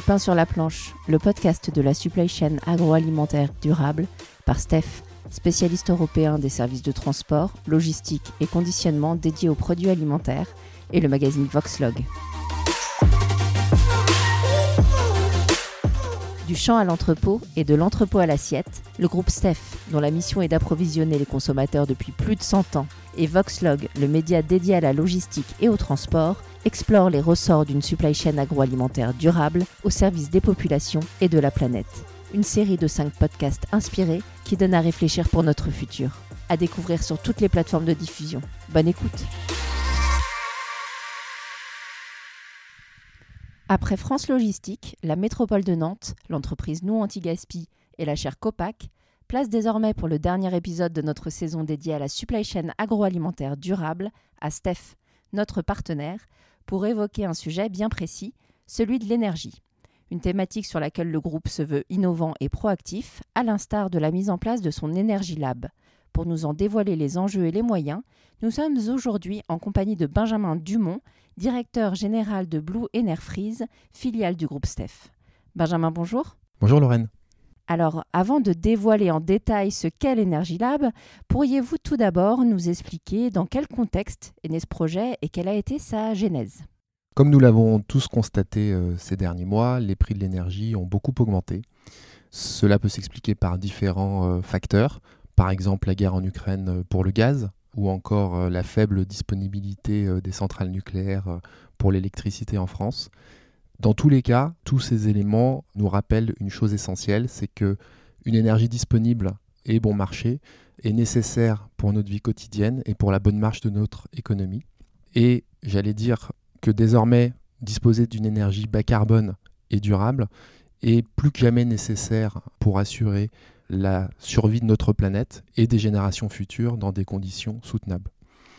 pain sur la planche, le podcast de la supply chain agroalimentaire durable par Steph, spécialiste européen des services de transport, logistique et conditionnement dédié aux produits alimentaires, et le magazine Voxlog. Du champ à l'entrepôt et de l'entrepôt à l'assiette, le groupe Steph, dont la mission est d'approvisionner les consommateurs depuis plus de 100 ans, et Voxlog, le média dédié à la logistique et au transport, explore les ressorts d'une supply chain agroalimentaire durable au service des populations et de la planète. Une série de 5 podcasts inspirés qui donnent à réfléchir pour notre futur. À découvrir sur toutes les plateformes de diffusion. Bonne écoute. Après France Logistique, la métropole de Nantes, l'entreprise Nous Anti-Gaspi et la chaire Copac, place désormais pour le dernier épisode de notre saison dédiée à la supply chain agroalimentaire durable à Steph, notre partenaire, pour évoquer un sujet bien précis, celui de l'énergie. Une thématique sur laquelle le groupe se veut innovant et proactif, à l'instar de la mise en place de son Energy Lab. Pour nous en dévoiler les enjeux et les moyens, nous sommes aujourd'hui en compagnie de Benjamin Dumont, directeur général de Blue Enerfreeze, filiale du groupe Steph. Benjamin, bonjour. Bonjour Lorraine. Alors, avant de dévoiler en détail ce qu'est l'Energy Lab, pourriez-vous tout d'abord nous expliquer dans quel contexte est né ce projet et quelle a été sa genèse ? Comme nous l'avons tous constaté ces derniers mois, les prix de l'énergie ont beaucoup augmenté. Cela peut s'expliquer par différents facteurs, par exemple la guerre en Ukraine pour le gaz, ou encore la faible disponibilité des centrales nucléaires pour l'électricité en France. Dans tous les cas, tous ces éléments nous rappellent une chose essentielle, c'est qu'une énergie disponible et bon marché est nécessaire pour notre vie quotidienne et pour la bonne marche de notre économie. Et j'allais dire que désormais, disposer d'une énergie bas carbone et durable est plus que jamais nécessaire pour assurer la survie de notre planète et des générations futures dans des conditions soutenables.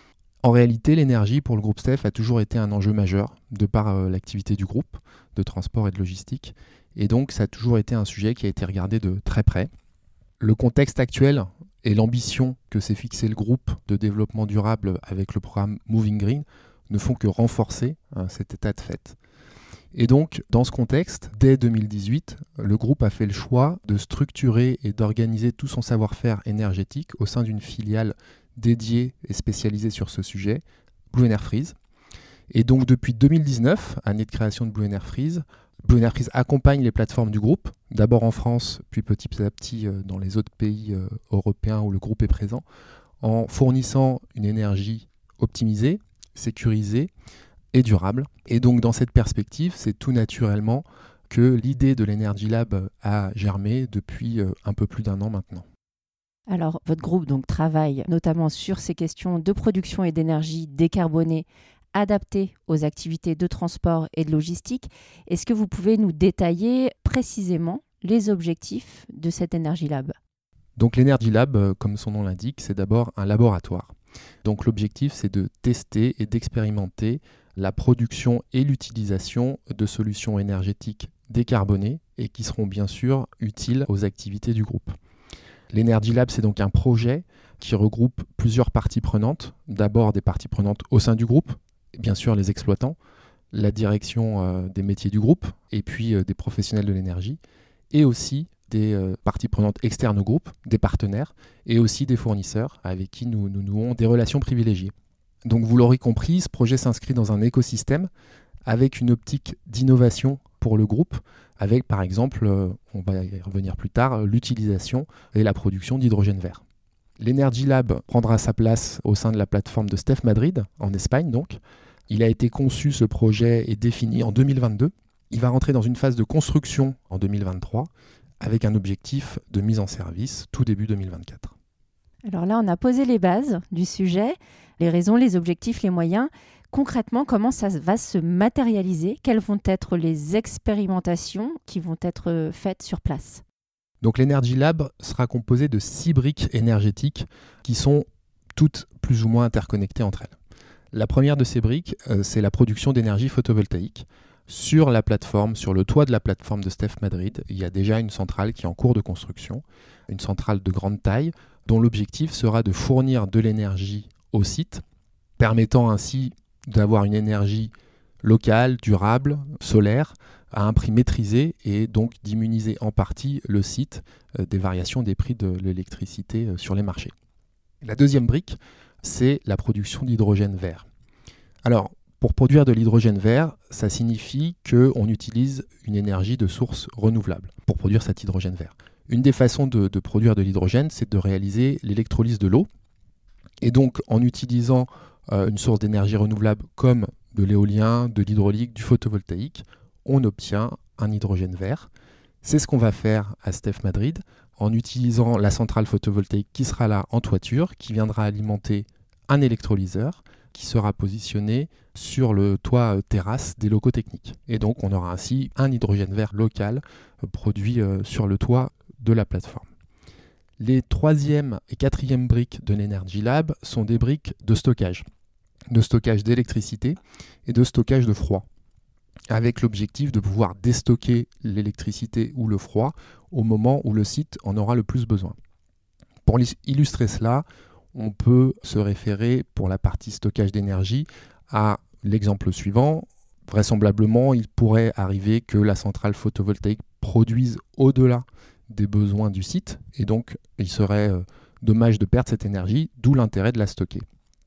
En réalité, l'énergie pour le groupe Steph a toujours été un enjeu majeur de par l'activité du groupe de transport et de logistique. Et donc, ça a toujours été un sujet qui a été regardé de très près. Le contexte actuel et l'ambition que s'est fixé le groupe de développement durable avec le programme Moving Green ne font que renforcer cet état de fait. Et donc, dans ce contexte, dès 2018, le groupe a fait le choix de structurer et d'organiser tout son savoir-faire énergétique au sein d'une filiale dédiée et spécialisée sur ce sujet, Blue Enerfreeze. Et donc, depuis 2019, année de création de Blue Enerfreeze accompagne les plateformes du groupe, d'abord en France, puis petit à petit dans les autres pays européens où le groupe est présent, en fournissant une énergie optimisée, sécurisée et durable. Et donc dans cette perspective, c'est tout naturellement que l'idée de l'Energy Lab a germé depuis un peu plus d'1 an maintenant. Alors, votre groupe donc travaille notamment sur ces questions de production et d'énergie décarbonée, adaptées aux activités de transport et de logistique. Est-ce que vous pouvez nous détailler précisément les objectifs de cet Energy Lab ? Donc l'Energy Lab, comme son nom l'indique, c'est d'abord un laboratoire. Donc l'objectif, c'est de tester et d'expérimenter la production et l'utilisation de solutions énergétiques décarbonées et qui seront bien sûr utiles aux activités du groupe. L'Energy Lab, c'est donc un projet qui regroupe plusieurs parties prenantes. D'abord des parties prenantes au sein du groupe, bien sûr les exploitants, la direction des métiers du groupe et puis des professionnels de l'énergie et aussi des parties prenantes externes au groupe, des partenaires et aussi des fournisseurs avec qui nous nouons des relations privilégiées. Donc vous l'aurez compris, ce projet s'inscrit dans un écosystème avec une optique d'innovation pour le groupe, avec par exemple, on va y revenir plus tard, l'utilisation et la production d'hydrogène vert. L'Energy Lab prendra sa place au sein de la plateforme de Steph Madrid, en Espagne donc. Il a été conçu, ce projet est défini en 2022. Il va rentrer dans une phase de construction en 2023, avec un objectif de mise en service tout début 2024. Alors là, on a posé les bases du sujet, les raisons, les objectifs, les moyens. Concrètement, comment ça va se matérialiser ? Quelles vont être les expérimentations qui vont être faites sur place ? Donc l'Energy Lab sera composé de 6 briques énergétiques qui sont toutes plus ou moins interconnectées entre elles. La première de ces briques, c'est la production d'énergie photovoltaïque. Sur la plateforme, sur le toit de la plateforme de Steph Madrid, il y a déjà une centrale qui est en cours de construction, une centrale de grande taille, dont l'objectif sera de fournir de l'énergie au site, permettant ainsi d'avoir une énergie locale, durable, solaire, à un prix maîtrisé et donc d'immuniser en partie le site des variations des prix de l'électricité sur les marchés. La deuxième brique, c'est la production d'hydrogène vert. Alors, pour produire de l'hydrogène vert, ça signifie qu'on utilise une énergie de source renouvelable pour produire cet hydrogène vert. Une des façons de produire de l'hydrogène, c'est de réaliser l'électrolyse de l'eau. Et donc, en utilisant une source d'énergie renouvelable comme de l'éolien, de l'hydraulique, du photovoltaïque, on obtient un hydrogène vert. C'est ce qu'on va faire à Stef Madrid en utilisant la centrale photovoltaïque qui sera là en toiture, qui viendra alimenter un électrolyseur qui sera positionné sur le toit terrasse des locaux techniques. Et donc, on aura ainsi un hydrogène vert local produit sur le toit de la plateforme. Les troisième et quatrième briques de l'Energy Lab sont des briques de stockage d'électricité et de stockage de froid, avec l'objectif de pouvoir déstocker l'électricité ou le froid au moment où le site en aura le plus besoin. Pour illustrer cela, on peut se référer pour la partie stockage d'énergie à l'exemple suivant. Vraisemblablement, il pourrait arriver que la centrale photovoltaïque produise au-delà des besoins du site et donc il serait dommage de perdre cette énergie, d'où l'intérêt de la stocker.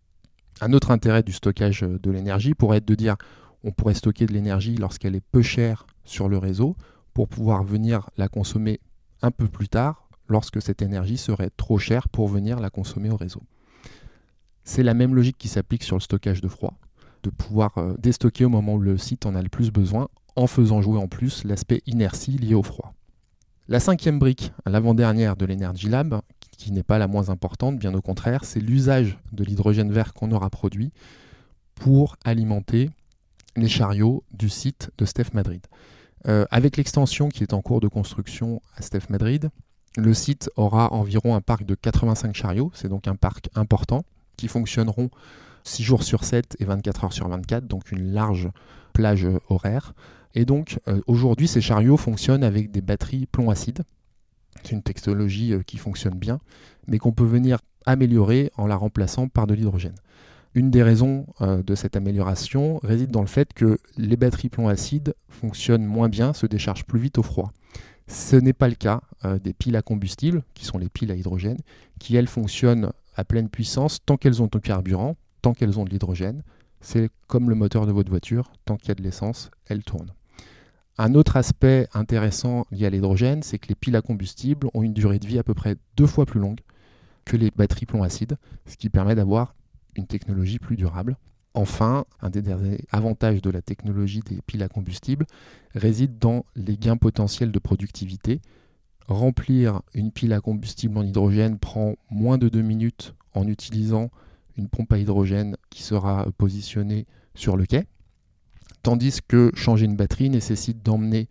Un autre intérêt du stockage de l'énergie pourrait être de dire on pourrait stocker de l'énergie lorsqu'elle est peu chère sur le réseau pour pouvoir venir la consommer un peu plus tard lorsque cette énergie serait trop chère pour venir la consommer au réseau. C'est la même logique qui s'applique sur le stockage de froid, de pouvoir déstocker au moment où le site en a le plus besoin en faisant jouer en plus l'aspect inertie lié au froid. La cinquième brique, l'avant-dernière de l'Energy Lab, qui n'est pas la moins importante, bien au contraire, c'est l'usage de l'hydrogène vert qu'on aura produit pour alimenter les chariots du site de Stef Madrid. Avec l'extension qui est en cours de construction à Stef Madrid, le site aura environ un parc de 85 chariots, c'est donc un parc important, qui fonctionneront 6 jours sur 7 et 24 heures sur 24, donc une large plage horaire. Et donc aujourd'hui, ces chariots fonctionnent avec des batteries plomb-acide. C'est une technologie qui fonctionne bien, mais qu'on peut venir améliorer en la remplaçant par de l'hydrogène. Une des raisons de cette amélioration réside dans le fait que les batteries plomb-acide fonctionnent moins bien, se déchargent plus vite au froid. Ce n'est pas le cas des piles à combustible, qui sont les piles à hydrogène, qui elles fonctionnent à pleine puissance tant qu'elles ont du carburant, tant qu'elles ont de l'hydrogène. C'est comme le moteur de votre voiture, tant qu'il y a de l'essence, elle tourne. Un autre aspect intéressant lié à l'hydrogène, c'est que les piles à combustible ont une durée de vie à peu près 2 fois plus longue que les batteries plomb-acide, ce qui permet d'avoir une technologie plus durable. Enfin, un des derniers avantages de la technologie des piles à combustible réside dans les gains potentiels de productivité. Remplir une pile à combustible en hydrogène prend moins de 2 minutes en utilisant une pompe à hydrogène qui sera positionnée sur le quai, tandis que changer une batterie nécessite d'emmener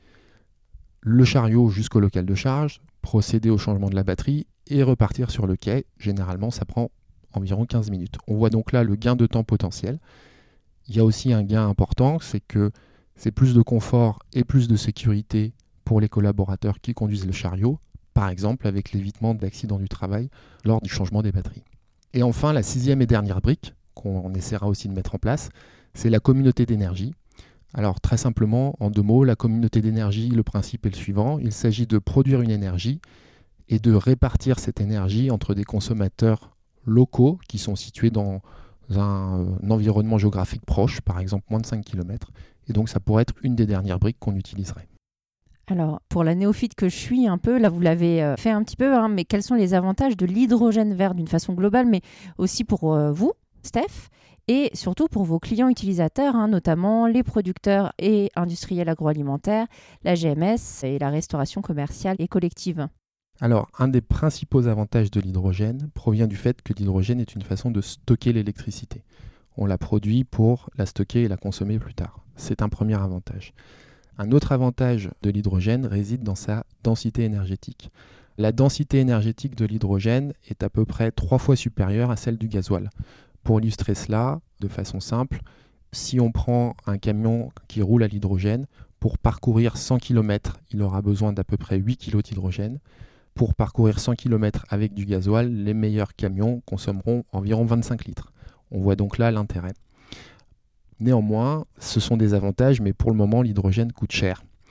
le chariot jusqu'au local de charge, procéder au changement de la batterie et repartir sur le quai. Généralement, ça prend environ 15 minutes. On voit donc là le gain de temps potentiel. Il y a aussi un gain important, c'est que c'est plus de confort et plus de sécurité pour les collaborateurs qui conduisent le chariot, par exemple avec l'évitement d'accidents du travail lors du changement des batteries. Et enfin, la sixième et dernière brique, qu'on essaiera aussi de mettre en place, c'est la communauté d'énergie. Alors très simplement, en 2 mots, la communauté d'énergie, le principe est le suivant. Il s'agit de produire une énergie et de répartir cette énergie entre des consommateurs locaux qui sont situés dans un environnement géographique proche, par exemple moins de 5 km. Et donc ça pourrait être une des dernières briques qu'on utiliserait. Alors, pour la néophyte que je suis un peu, là vous l'avez fait un petit peu, mais quels sont les avantages de l'hydrogène vert d'une façon globale, mais aussi pour vous, Steph, et surtout pour vos clients utilisateurs, notamment les producteurs et industriels agroalimentaires, la GMS et la restauration commerciale et collective? Alors, un des principaux avantages de l'hydrogène provient du fait que l'hydrogène est une façon de stocker l'électricité. On la produit pour la stocker et la consommer plus tard. C'est un premier avantage. Un autre avantage de l'hydrogène réside dans sa densité énergétique. La densité énergétique de l'hydrogène est à peu près 3 fois supérieure à celle du gasoil. Pour illustrer cela de façon simple, si on prend un camion qui roule à l'hydrogène, pour parcourir 100 km, il aura besoin d'à peu près 8 kg d'hydrogène. Pour parcourir 100 km avec du gasoil, les meilleurs camions consommeront environ 25 litres. On voit donc là l'intérêt. Néanmoins, ce sont des avantages, mais pour le moment, l'hydrogène coûte cher.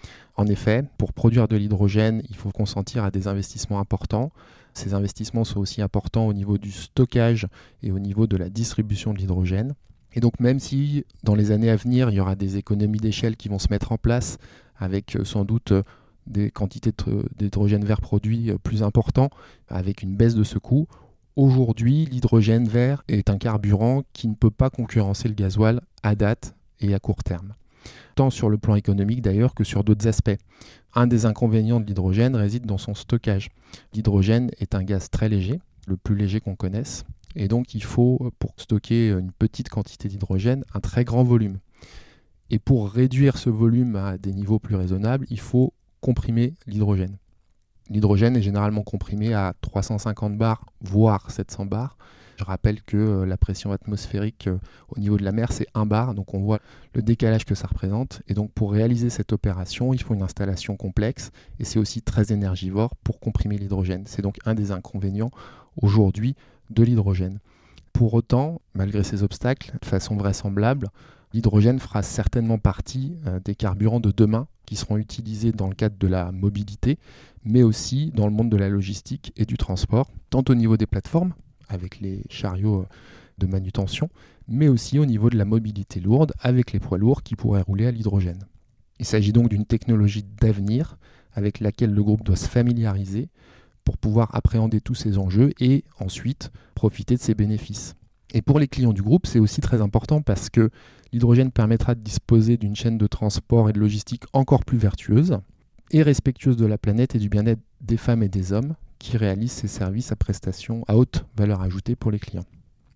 En effet, pour produire de l'hydrogène, il faut consentir à des investissements importants. Ces investissements sont aussi importants au niveau du stockage et au niveau de la distribution de l'hydrogène. Et donc même si dans les années à venir, il y aura des économies d'échelle qui vont se mettre en place avec sans doute des quantités d'hydrogène vert produit plus importants, avec une baisse de ce coût, aujourd'hui, l'hydrogène vert est un carburant qui ne peut pas concurrencer le gasoil à date et à court terme. Tant sur le plan économique d'ailleurs que sur d'autres aspects. Un des inconvénients de l'hydrogène réside dans son stockage. L'hydrogène est un gaz très léger, le plus léger qu'on connaisse, et donc il faut, pour stocker une petite quantité d'hydrogène, un très grand volume. Et pour réduire ce volume à des niveaux plus raisonnables, il faut comprimer l'hydrogène. L'hydrogène est généralement comprimé à 350 bars, voire 700 bars. Je rappelle que la pression atmosphérique au niveau de la mer, c'est 1 bar, donc on voit le décalage que ça représente. Et donc pour réaliser cette opération, il faut une installation complexe et c'est aussi très énergivore pour comprimer l'hydrogène. C'est donc un des inconvénients aujourd'hui de l'hydrogène. Pour autant, malgré ces obstacles, de façon vraisemblable, l'hydrogène fera certainement partie des carburants de demain qui seront utilisés dans le cadre de la mobilité, mais aussi dans le monde de la logistique et du transport, tant au niveau des plateformes, avec les chariots de manutention, mais aussi au niveau de la mobilité lourde, avec les poids lourds qui pourraient rouler à l'hydrogène. Il s'agit donc d'une technologie d'avenir avec laquelle le groupe doit se familiariser pour pouvoir appréhender tous ces enjeux et ensuite profiter de ses bénéfices. Et pour les clients du groupe, c'est aussi très important parce que l'hydrogène permettra de disposer d'une chaîne de transport et de logistique encore plus vertueuse et respectueuse de la planète et du bien-être des femmes et des hommes qui réalisent ces services à prestations à haute valeur ajoutée pour les clients.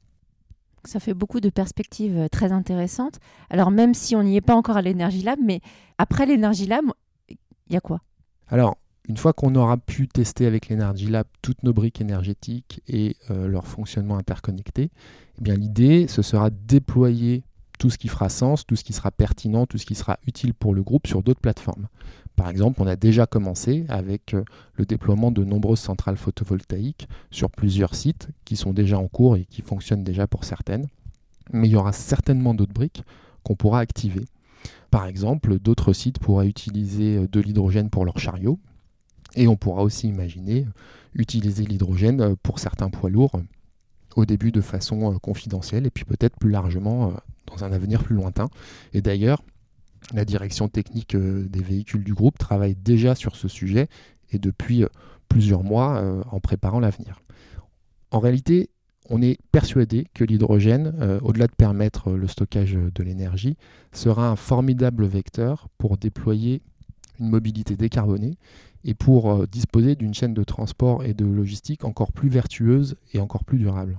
Ça fait beaucoup de perspectives très intéressantes. Alors même si on n'y est pas encore à l'Energy Lab, mais après l'Energy Lab, il y a quoi ? Alors, une fois qu'on aura pu tester avec l'Energy Lab toutes nos briques énergétiques et leur fonctionnement interconnecté, eh bien, l'idée, ce sera de déployer tout ce qui fera sens, tout ce qui sera pertinent, tout ce qui sera utile pour le groupe sur d'autres plateformes. Par exemple, on a déjà commencé avec le déploiement de nombreuses centrales photovoltaïques sur plusieurs sites qui sont déjà en cours et qui fonctionnent déjà pour certaines. Mais il y aura certainement d'autres briques qu'on pourra activer. Par exemple, d'autres sites pourraient utiliser de l'hydrogène pour leurs chariots. Et on pourra aussi imaginer utiliser l'hydrogène pour certains poids lourds au début de façon confidentielle et puis peut-être plus largement dans un avenir plus lointain. Et d'ailleurs, la direction technique des véhicules du groupe travaille déjà sur ce sujet et depuis plusieurs mois en préparant l'avenir. En réalité, on est persuadé que l'hydrogène, au-delà de permettre le stockage de l'énergie, sera un formidable vecteur pour déployer une mobilité décarbonée et pour disposer d'une chaîne de transport et de logistique encore plus vertueuse et encore plus durable.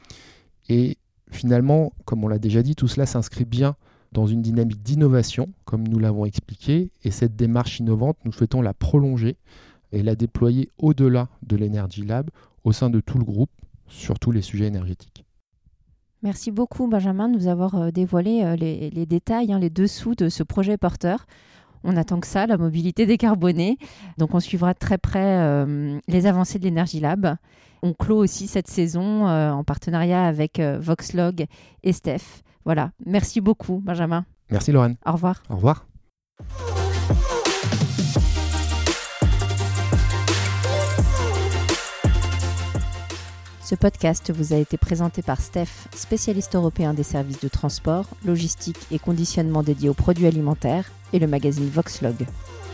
Et finalement, comme on l'a déjà dit, tout cela s'inscrit bien dans une dynamique d'innovation, comme nous l'avons expliqué, et cette démarche innovante, nous souhaitons la prolonger et la déployer au-delà de l'Energy Lab, au sein de tout le groupe, sur tous les sujets énergétiques. Merci beaucoup Benjamin de nous avoir dévoilé les détails, les dessous de ce projet porteur. On attend que ça, la mobilité décarbonée. Donc on suivra de très près les avancées de l'Energy Lab. On clôt aussi cette saison en partenariat avec Voxlog et Steph. Voilà, merci beaucoup Benjamin. Merci Lorraine. Au revoir. Au revoir. Ce podcast vous a été présenté par Steph, spécialiste européen des services de transport, logistique et conditionnement dédié aux produits alimentaires, et le magazine Voxlog.